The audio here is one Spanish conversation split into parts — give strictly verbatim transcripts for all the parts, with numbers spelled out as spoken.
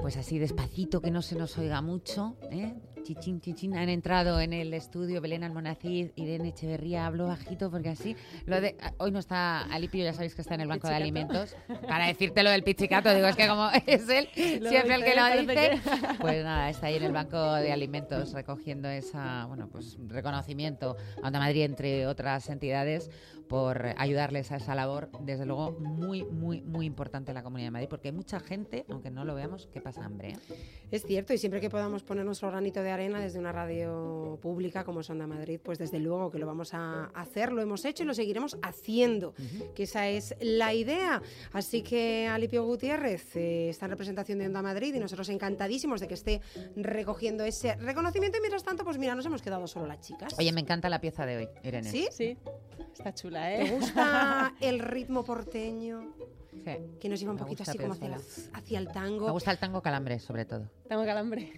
pues así despacito, que no se nos oiga mucho, ¿eh? Chichín, chichín. Han entrado en el estudio Belén Almonacid, Irene Echeverría. Hablo bajito porque así... Lo de, hoy no está Alipio, ya sabéis que está en el banco de alimentos. Para decirte lo del pichicato, digo, es que como es él siempre el que lo dice, pues nada, está ahí en el banco de alimentos recogiendo esa, bueno, pues reconocimiento a Onda Madrid, entre otras entidades, por ayudarles a esa labor, desde luego muy, muy, muy importante en la Comunidad de Madrid, porque hay mucha gente, aunque no lo veamos, que pasa hambre, ¿eh? Es cierto, y siempre que podamos poner nuestro granito de arena desde una radio pública como es Onda Madrid, pues desde luego que lo vamos a hacer, lo hemos hecho y lo seguiremos haciendo, uh-huh. que esa es la idea. Así que Alipio Gutiérrez eh, está en representación de Onda Madrid y nosotros encantadísimos de que esté recogiendo ese reconocimiento, y mientras tanto, pues mira, nos hemos quedado solo las chicas. Oye, me encanta la pieza de hoy, Irene. ¿Sí? Sí, está chula, ¿eh? ¿Te gusta el ritmo porteño? Sí. Que nos lleva un Me poquito gusta así como hacia, la, hacia el tango. Me gusta el tango calambre, sobre todo. Tango calambre.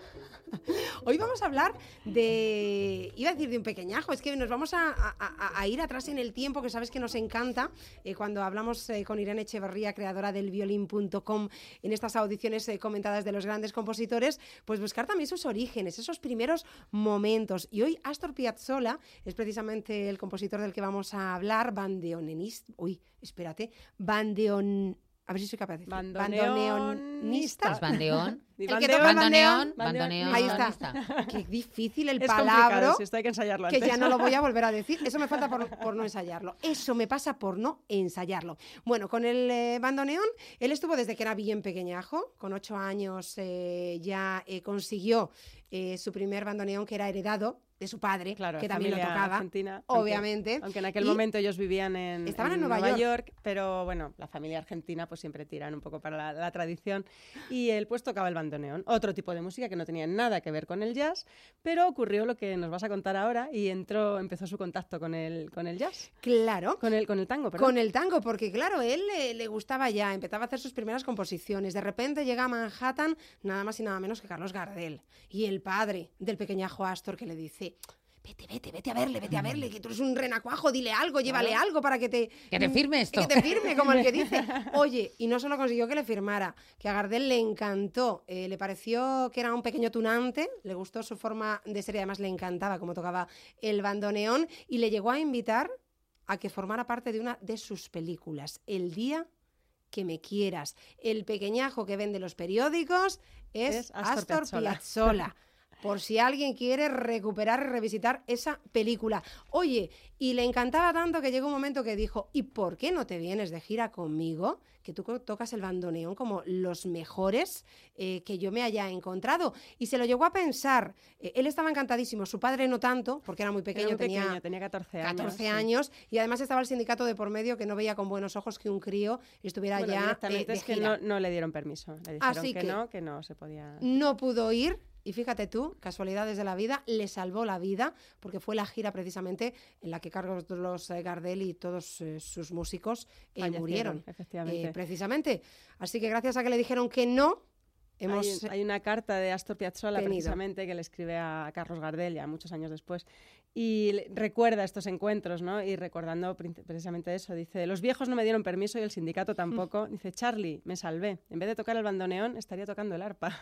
Hoy vamos a hablar de, iba a decir de un pequeñajo, es que nos vamos a, a, a ir atrás en el tiempo, que sabes que nos encanta, eh, cuando hablamos eh, con Irene Echeverría, creadora del violín punto com, en estas audiciones eh, comentadas de los grandes compositores, pues buscar también sus orígenes, esos primeros momentos. Y hoy Astor Piazzolla es precisamente el compositor del que vamos a hablar, bandoneonista, uy, espérate, bandeon... A ver si soy capaz de decir. Bandoneonista. ¿Es bandeón? El que toca el bandeón. Bandoneón. Ahí está. Qué difícil el es palabra. Si esto hay que ensayarlo que antes. ya no lo voy a volver a decir. Eso me falta por, por no ensayarlo. Eso me pasa por no ensayarlo. Bueno, con el eh, bandoneón, él estuvo desde que era bien pequeñajo. Con ocho años eh, ya eh, consiguió eh, su primer bandoneón, que era heredado de su padre, claro, que también lo tocaba, argentina, obviamente. Aunque, aunque en aquel y momento ellos vivían en, estaban en, en Nueva, Nueva York. York, pero bueno, la familia argentina pues siempre tiran un poco para la, la tradición, y él pues tocaba el bandoneón, otro tipo de música que no tenía nada que ver con el jazz, pero ocurrió lo que nos vas a contar ahora y entró, empezó su contacto con el, con el jazz. Claro. Con el, con el tango, perdón. Con el tango, porque claro, él le, le gustaba ya, empezaba a hacer sus primeras composiciones. De repente llega a Manhattan nada más y nada menos que Carlos Gardel, y el padre del pequeñajo Astor, que le dice... Vete, vete, vete a verle, vete a verle, que tú eres un renacuajo, dile algo, llévale claro. algo para que te... Que te firme esto. Que te firme, como el que dice. Oye, y no solo consiguió que le firmara, que a Gardel le encantó, eh, le pareció que era un pequeño tunante, le gustó su forma de ser y además le encantaba cómo tocaba el bandoneón, y le llegó a invitar a que formara parte de una de sus películas, El día que me quieras. El pequeñajo que vende los periódicos es, es Astor, Astor Piazzolla. Piazzolla. Por si alguien quiere recuperar y revisitar esa película. Oye, y le encantaba tanto que llegó un momento que dijo, ¿y por qué no te vienes de gira conmigo? Que tú tocas el bandoneón como los mejores eh, que yo me haya encontrado. Y se lo llegó a pensar. Eh, él estaba encantadísimo, su padre no tanto, porque era muy pequeño, era muy tenía, pequeño tenía catorce años. catorce años, y además estaba el sindicato de por medio, que no veía con buenos ojos que un crío estuviera bueno, ya directamente eh, de es que gira. no, no le dieron permiso. Le dijeron Así que, que no, que no se podía... No pudo ir. Y fíjate tú, casualidades de la vida, le salvó la vida, porque fue la gira precisamente en la que Carlos Gardel y todos eh, sus músicos eh, murieron. Efectivamente. Eh, precisamente. Así que gracias a que le dijeron que no, hemos hay, hay una carta de Astor Piazzolla tenido. precisamente que le escribe a Carlos Gardel ya muchos años después, y recuerda estos encuentros, ¿no? Y recordando precisamente eso, dice, los viejos no me dieron permiso y el sindicato tampoco. Dice, Charlie, me salvé. En vez de tocar el bandoneón, estaría tocando el arpa.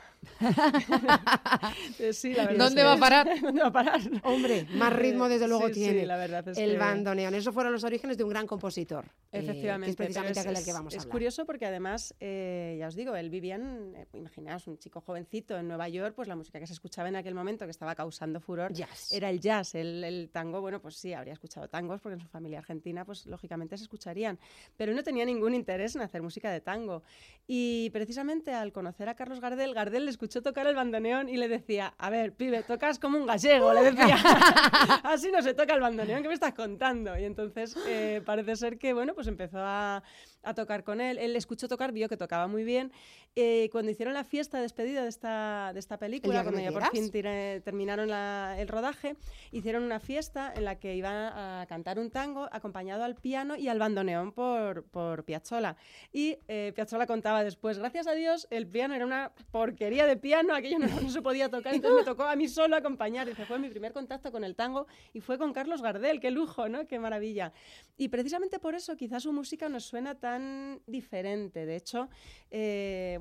Sí, la verdad. ¿Dónde es, va a parar? ¿Dónde va a parar? Hombre, más ritmo desde luego sí, tiene sí, la verdad es el que... bandoneón. Esos fueron los orígenes de un gran compositor. Efectivamente. Eh, que es precisamente es, aquel del que vamos a es hablar. curioso porque además, eh, ya os digo, él vivía en, eh, imaginaos, un chico jovencito en Nueva York, pues la música que se escuchaba en aquel momento, que estaba causando furor, jazz. Era el jazz, el, el tango, bueno, pues sí, habría escuchado tangos, porque en su familia argentina, pues lógicamente se escucharían, pero él no tenía ningún interés en hacer música de tango. Y precisamente al conocer a Carlos Gardel, Gardel le escuchó tocar el bandoneón y le decía, a ver, pibe, tocas como un gallego, le decía, así no se toca el bandoneón, ¿qué me estás contando? Y entonces eh, parece ser que, bueno, pues empezó a, a tocar con él, él le escuchó tocar, vio que tocaba muy bien. Eh, cuando hicieron la fiesta de despedida de esta, de esta película, cuando ya por fin tire, terminaron la, el rodaje, hicieron una fiesta en la que iba a cantar un tango acompañado al piano y al bandoneón por, por Piazzolla. Y eh, Piazzolla contaba después, gracias a Dios, el piano era una porquería de piano, aquello no, no se podía tocar, entonces me tocó a mí solo acompañar. Dice, fue mi primer contacto con el tango y fue con Carlos Gardel, qué lujo, ¿no? Qué maravilla. Y precisamente por eso quizás su música nos suena tan diferente. De hecho, eh, bueno,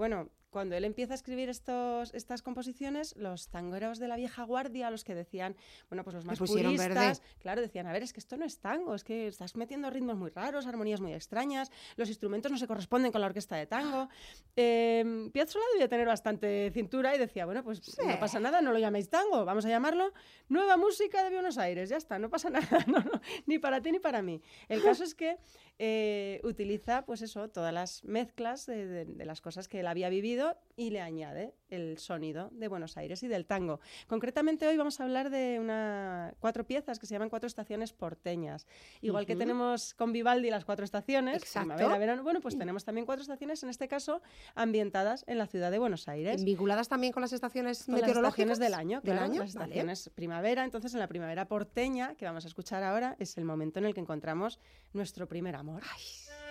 cuando él empieza a escribir estos, estas composiciones, los tangueros de la vieja guardia, los que decían, bueno, pues los más puristas, verde. claro, decían, a ver, es que esto no es tango, es que estás metiendo ritmos muy raros, armonías muy extrañas, los instrumentos no se corresponden con la orquesta de tango. Eh, Piazzolla debía tener bastante cintura y decía, bueno, pues sí. no pasa nada, no lo llaméis tango, vamos a llamarlo Nueva Música de Buenos Aires, ya está, no pasa nada, no, no, ni para ti ni para mí. El caso es que eh, utiliza, pues eso, todas las mezclas de, de, de las cosas que él había vivido y le añade el sonido de Buenos Aires y del tango. Concretamente hoy vamos a hablar de una, cuatro piezas que se llaman Cuatro Estaciones porteñas. Igual uh-huh. que tenemos con Vivaldi las cuatro estaciones, Exacto. primavera, verano, bueno, pues tenemos también cuatro estaciones, en este caso ambientadas en la ciudad de Buenos Aires. ¿Vinculadas también con las estaciones con meteorológicas? Las estaciones del año, ¿Del claro, año? las estaciones vale. primavera. Entonces, en la primavera porteña, que vamos a escuchar ahora, es el momento en el que encontramos nuestro primer amor. Ay.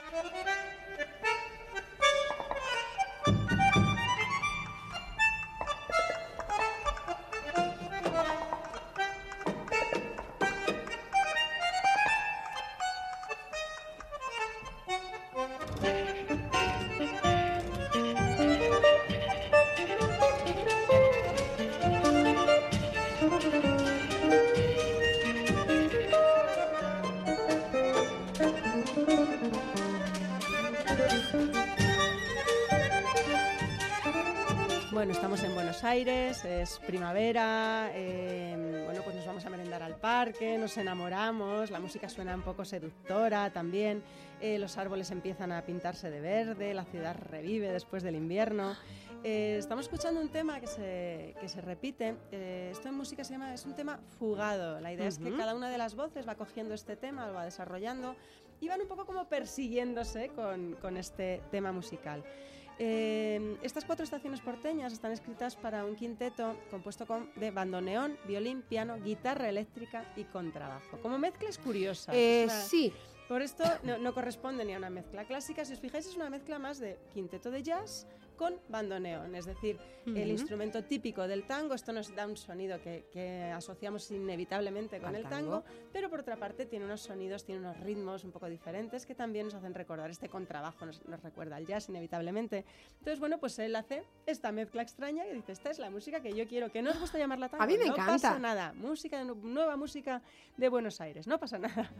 Bueno, estamos en Buenos Aires, es primavera, eh, bueno, pues nos vamos a merendar al parque, nos enamoramos, la música suena un poco seductora también, eh, los árboles empiezan a pintarse de verde, la ciudad revive después del invierno. Eh, estamos escuchando un tema que se, que se repite, eh, esto en música se llama, es un tema fugado, la idea uh-huh. es que cada una de las voces va cogiendo este tema, lo va desarrollando y van un poco como persiguiéndose con, con este tema musical. Eh, estas cuatro estaciones porteñas están escritas para un quinteto compuesto con, de bandoneón, violín, piano, guitarra eléctrica y contrabajo. Como mezcla es curiosa. Eh, es una, sí. Por esto no, no corresponde ni a una mezcla clásica. Si os fijáis, es una mezcla más de quinteto de jazz con bandoneón, es decir, uh-huh. el instrumento típico del tango. Esto nos da un sonido que, que asociamos inevitablemente con Al el tango, tango, pero por otra parte tiene unos sonidos, tiene unos ritmos un poco diferentes que también nos hacen recordar. Este contrabajo nos, nos recuerda al jazz inevitablemente. Entonces, bueno, pues él hace esta mezcla extraña y dice, esta es la música que yo quiero, que no os gusta llamarla tango. A mí me no encanta. pasa nada, música, nueva música de Buenos Aires, no pasa nada.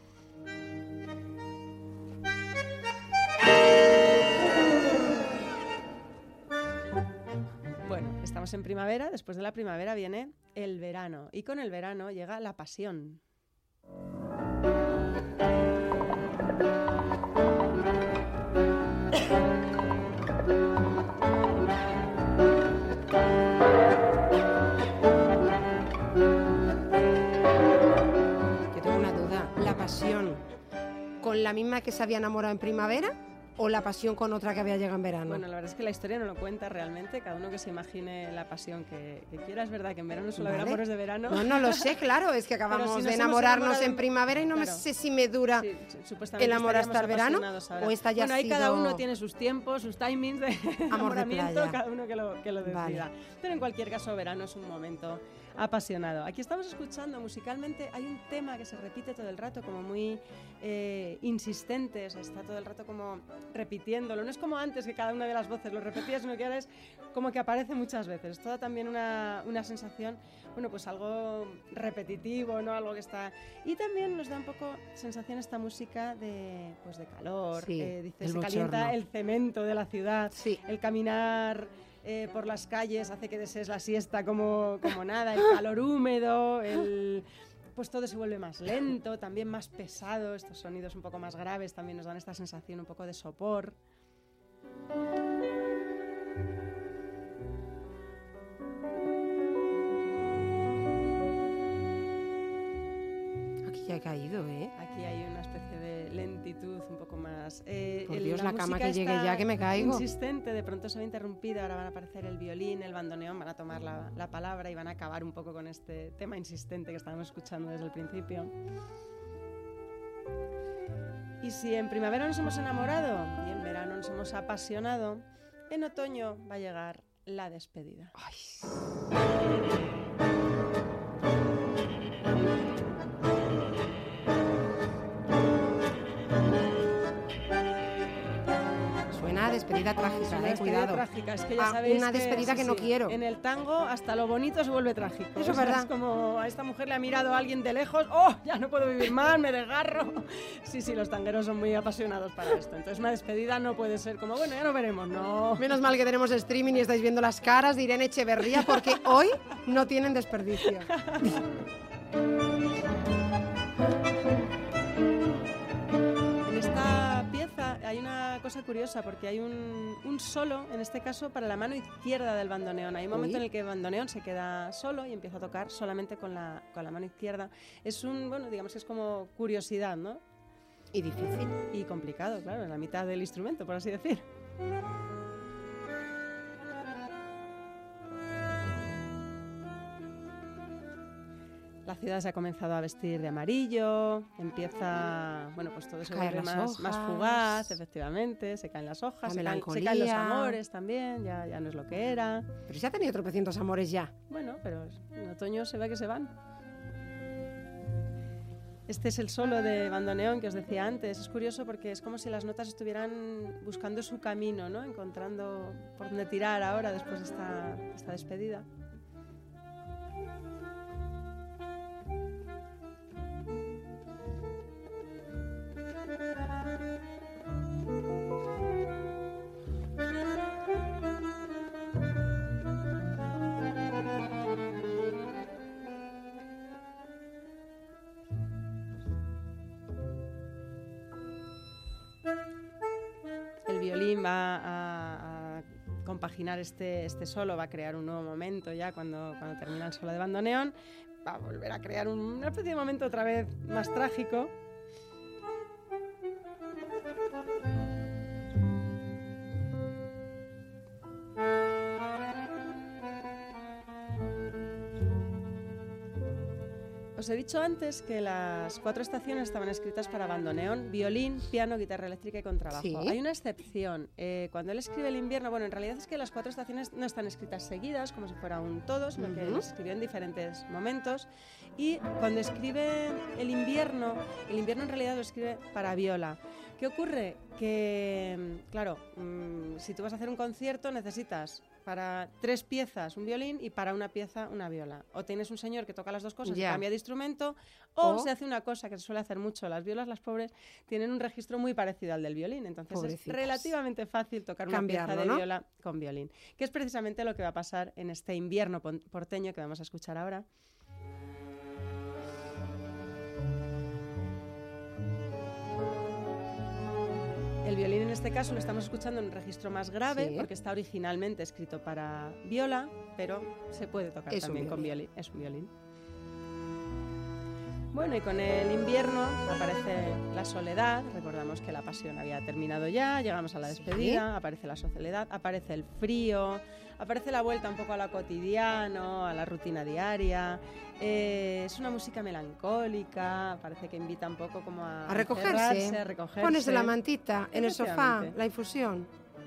Bueno, estamos en primavera, después de la primavera viene el verano y con el verano llega la pasión. Yo tengo una duda, ¿la pasión con la misma que se había enamorado en primavera? ¿O la pasión con otra que había llegado en verano? Bueno, la verdad es que la historia no lo cuenta realmente, cada uno que se imagine la pasión que, que quiera. Es verdad que en verano solo habrá amores de verano. No, no lo sé, claro, es que acabamos si de enamorarnos en primavera y no claro. sé si me dura sí, el amor hasta el verano o esta ya bueno, ahí sido... cada uno tiene sus tiempos, sus timings de enamoramiento, cada uno que lo, que lo decida. Vale. Pero en cualquier caso, verano es un momento apasionado. Aquí estamos escuchando musicalmente, hay un tema que se repite todo el rato, como muy eh, insistente, o sea, está todo el rato como repitiéndolo. No es como antes que cada una de las voces lo repetía, sino que ahora es como que aparece muchas veces. Toda también una, una sensación, bueno, pues algo repetitivo, ¿no? Algo que está... Y también nos da un poco sensación esta música de, pues de calor. Sí, eh, dice, se calienta el cemento de la ciudad, sí. el caminar... Eh, por las calles hace que desees la siesta como, como nada, el calor húmedo, el, pues todo se vuelve más lento, también más pesado, estos sonidos un poco más graves también nos dan esta sensación un poco de sopor. Aquí ya he caído, ¿eh? Aquí hay una especie de lentitud un poco más... Eh, Por el, Dios, la, la cama que llegue ya, que me caigo. Insistente, de pronto se va interrumpida, ahora van a aparecer el violín, el bandoneón, van a tomar la, la palabra y van a acabar un poco con este tema insistente que estábamos escuchando desde el principio. Y si en primavera nos hemos enamorado y en verano nos hemos apasionado, en otoño va a llegar la despedida. Ay. despedida trágica, Es una eh, despedida cuidado. trágica, es que ya Ah, sabéis una que, despedida sí, que no sí, quiero. En el tango hasta lo bonito se vuelve trágico. Eso es O sea, verdad. Es como a esta mujer le ha mirado a alguien de lejos, ¡oh, ya no puedo vivir más, me desgarro! Sí, sí, los tangueros son muy apasionados para esto. Entonces una despedida no puede ser como, bueno, ya nos veremos, no. Menos mal que tenemos streaming y estáis viendo las caras de Irene Echeverría porque hoy no tienen desperdicio. En esta pieza hay una cosa curiosa porque hay un, un solo, en este caso, para la mano izquierda del bandoneón. Hay un momento Uy. en el que el bandoneón se queda solo y empieza a tocar solamente con la, con la mano izquierda. Es un, bueno, digamos que es como curiosidad, ¿no? Y difícil. Y complicado, claro, en la mitad del instrumento, por así decir. La ciudad se ha comenzado a vestir de amarillo, empieza, bueno, pues todo se Caer vuelve las más, más hojas. fugaz, efectivamente, se caen las hojas, La se caen, se melancolía. caen los amores también, ya, ya no es lo que era. Pero si ha tenido tropecientos amores ya. Bueno, pero en otoño se ve que se van. Este es el solo de bandoneón que os decía antes. Es curioso porque es como si las notas estuvieran buscando su camino, ¿no? Encontrando por dónde tirar ahora después de esta, esta despedida. El violín va a, a compaginar este, este solo, va a crear un nuevo momento ya cuando, cuando termina el solo de bandoneón, va a volver a crear un, una especie de momento otra vez más trágico. Os he dicho antes que las cuatro estaciones estaban escritas para bandoneón, violín, piano, guitarra eléctrica y contrabajo. Sí. Hay una excepción. Eh, cuando él escribe el invierno, bueno, en realidad es que las cuatro estaciones no están escritas seguidas, como si fuera un todo, sino que Ujú. las escribió en diferentes momentos. Y cuando escribe el invierno, el invierno en realidad lo escribe para viola. ¿Qué ocurre? Que, mm, claro, mmm, si tú vas a hacer un concierto necesitas para tres piezas un violín y para una pieza una viola. O tienes un señor que toca las dos cosas Ya. y cambia de instrumento, o, O- se hace una cosa que se suele hacer mucho. Las violas, las pobres, tienen un registro muy parecido al del violín. Entonces Pobrecitas. es relativamente fácil tocar una pieza Cambiarlo, de ¿no? viola con violín. Que es precisamente lo que va a pasar en este invierno pon- porteño que vamos a escuchar ahora. El violín en este caso lo estamos escuchando en un registro más grave Sí. porque está originalmente escrito para viola, pero se puede tocar Es un también con violín. violín. Es un violín. Bueno, y con el invierno aparece la soledad. Recordamos que la pasión había terminado ya, llegamos a la Sí. despedida, aparece la soledad, aparece el frío, aparece la vuelta un poco a lo cotidiano, a la rutina diaria. Eh, es una música melancólica, parece que invita un poco como a, A recogerse. encerrarse, a recogerse. Pones la mantita en el sofá, Efectivamente. la infusión.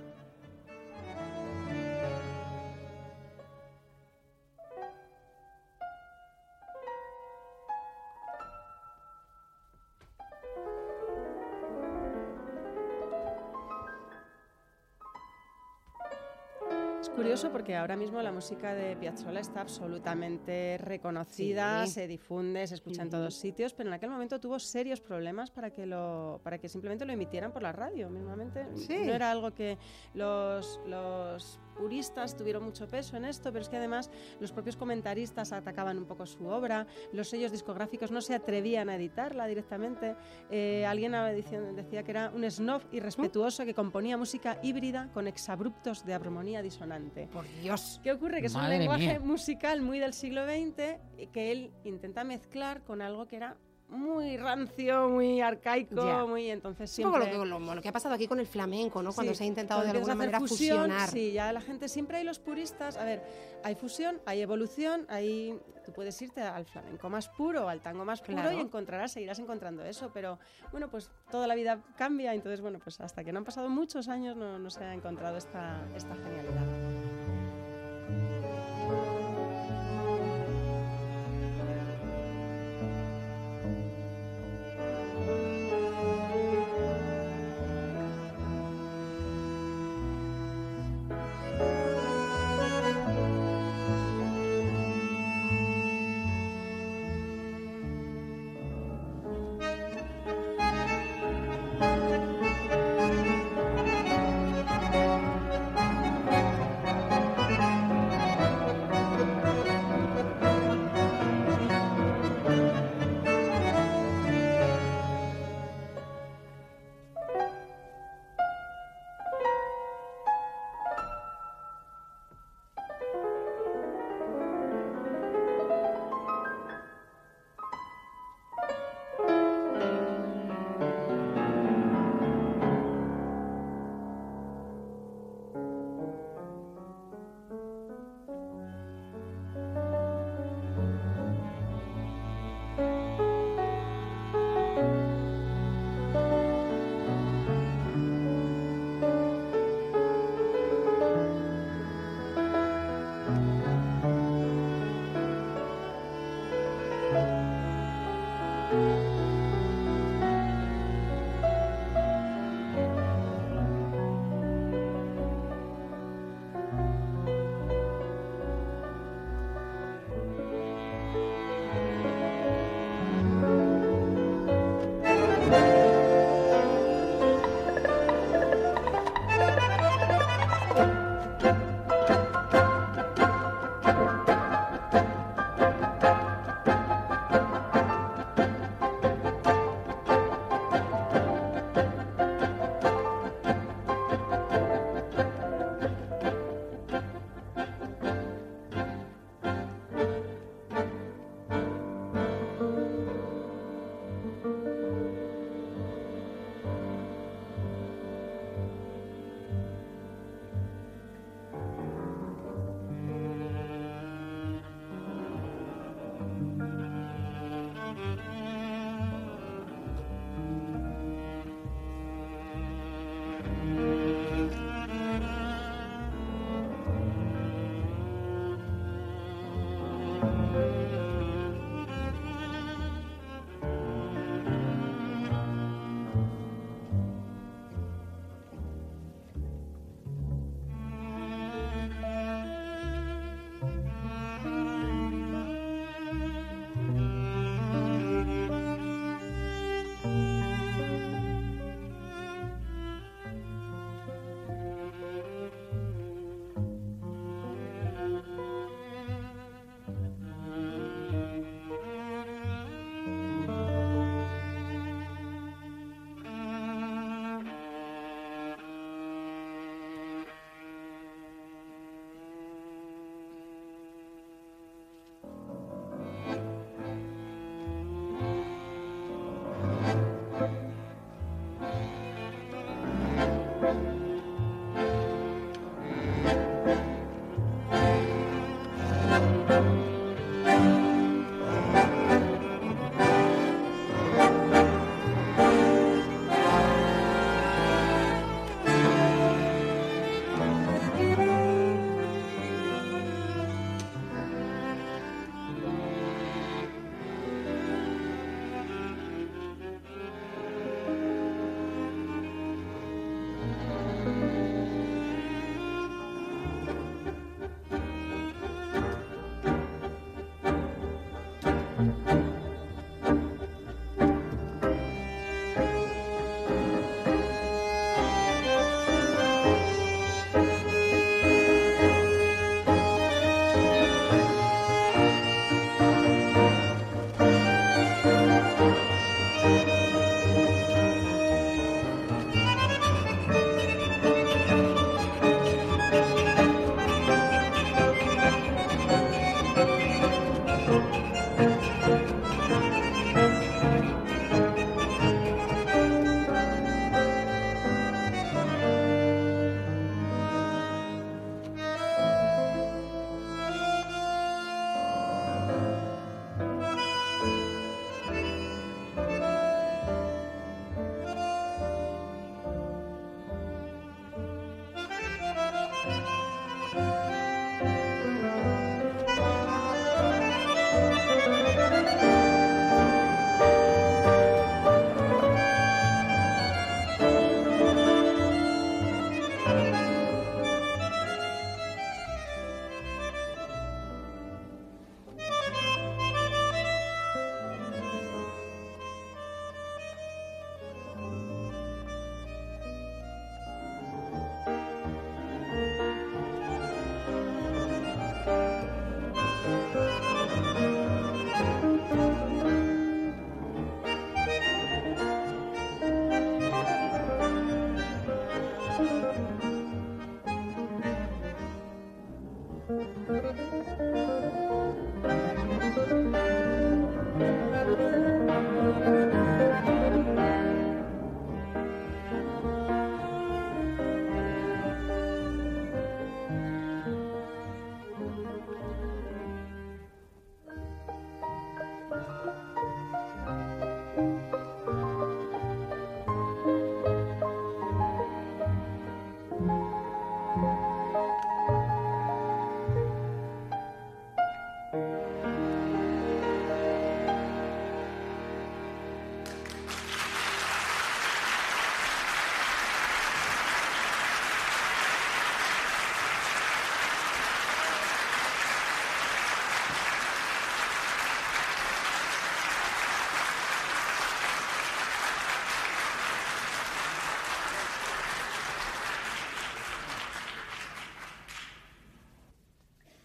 Es curioso porque ahora mismo la música de Piazzolla está absolutamente reconocida, Sí. se difunde, se escucha en todos sitios, pero en aquel momento tuvo serios problemas para que lo, para que simplemente lo emitieran por la radio, mismamente. Sí. No era algo que los, los puristas tuvieron mucho peso en esto, pero es que además los propios comentaristas atacaban un poco su obra, los sellos discográficos no se atrevían a editarla directamente. Eh, alguien decía, decía que era un snob irrespetuoso que componía música híbrida con exabruptos de armonía disonante. Por Dios. ¿Qué ocurre? Que es Madre un lenguaje mía. musical muy del siglo veinte y que él intenta mezclar con algo que era muy rancio, muy arcaico, Ya. muy entonces Es un poco siempre... lo que, lo, lo que ha pasado aquí con el flamenco, ¿no? Cuando Sí, se ha intentado de cuando alguna empiezas a manera hacer fusión, fusionar. Sí, ya la gente, siempre hay los puristas. A ver, hay fusión, hay evolución, hay, tú puedes irte al flamenco más puro, al tango más puro Claro. y encontrarás, seguirás encontrando eso. Pero bueno, pues toda la vida cambia, entonces bueno, pues hasta que no han pasado muchos años no, no se ha encontrado esta, esta genialidad.